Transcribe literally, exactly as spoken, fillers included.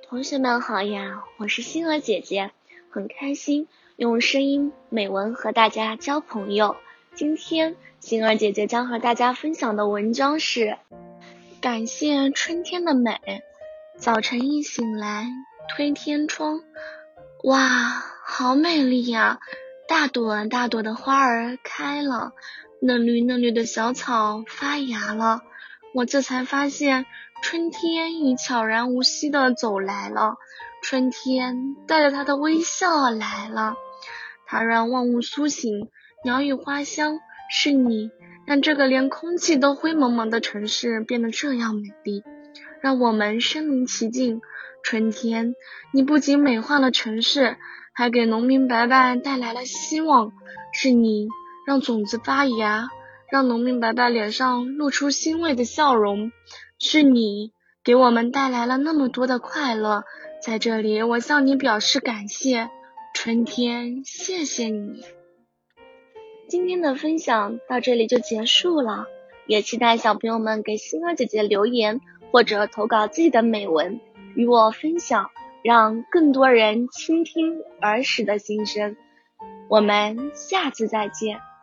同学们好呀，我是星儿姐姐，很开心用声音美文和大家交朋友。今天星儿姐姐将和大家分享的文章是感谢春天的美。早晨一醒来，推天窗，哇，好美丽呀！大朵大朵的花儿开了，嫩绿嫩绿的小草发芽了。我这才发现春天已悄然无息地走来了，春天带着它的微笑来了，它让万物苏醒，鸟语花香，是你让这个连空气都灰蒙蒙的城市变得这样美丽，让我们身临其境。春天，你不仅美化了城市，还给农民伯伯带来了希望，是你让种子发芽，让农民伯伯脸上露出欣慰的笑容，是你给我们带来了那么多的快乐。在这里，我向你表示感谢，春天，谢谢你。今天的分享到这里就结束了，也期待小朋友们给星儿姐姐留言或者投稿自己的美文与我分享，让更多人倾听儿时的心声。我们下次再见。